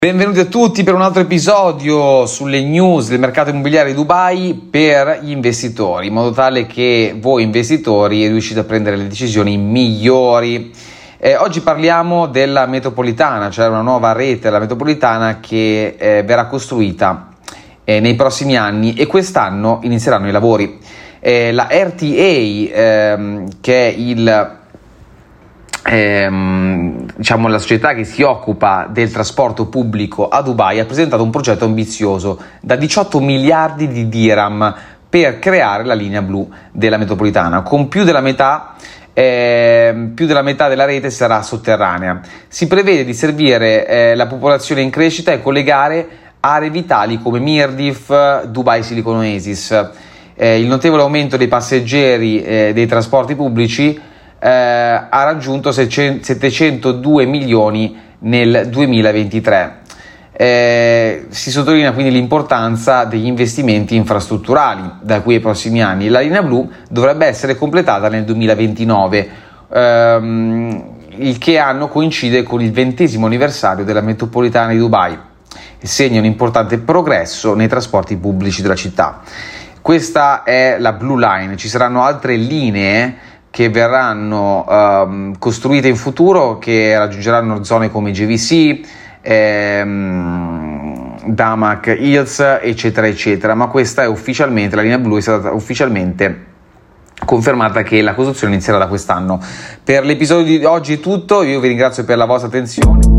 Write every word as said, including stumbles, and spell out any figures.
Benvenuti a tutti per un altro episodio sulle news del mercato immobiliare di Dubai per gli investitori, in modo tale che voi investitori riuscite a prendere le decisioni migliori. Eh, oggi parliamo della metropolitana, cioè una nuova rete della metropolitana che eh, verrà costruita eh, nei prossimi anni e quest'anno inizieranno i lavori. Eh, la R T A, ehm, che è il Ehm, diciamo la società che si occupa del trasporto pubblico a Dubai, ha presentato un progetto ambizioso da diciotto miliardi di dirham per creare la linea blu della metropolitana. Con più della metà eh, più della metà della rete sarà sotterranea. Si prevede di servire eh, la popolazione in crescita e collegare aree vitali come Mirdif, Dubai Silicon Oasis. Eh, il notevole aumento dei passeggeri eh, dei trasporti pubblici Eh, ha raggiunto settecentodue milioni nel duemilaventitré. Eh, si sottolinea quindi l'importanza degli investimenti infrastrutturali da qui ai prossimi anni. La linea blu dovrebbe essere completata nel duemilaventinove, ehm, il che anno coincide con il ventesimo anniversario della metropolitana di Dubai e segna un importante progresso nei trasporti pubblici della città. Questa è la Blue Line, ci saranno altre linee che verranno um, costruite in futuro, che raggiungeranno zone come J V C, ehm, Damac Hills, eccetera eccetera, ma questa è ufficialmente, la linea blu è stata ufficialmente confermata che la costruzione inizierà da quest'anno. Per l'episodio di oggi è tutto, io vi ringrazio per la vostra attenzione.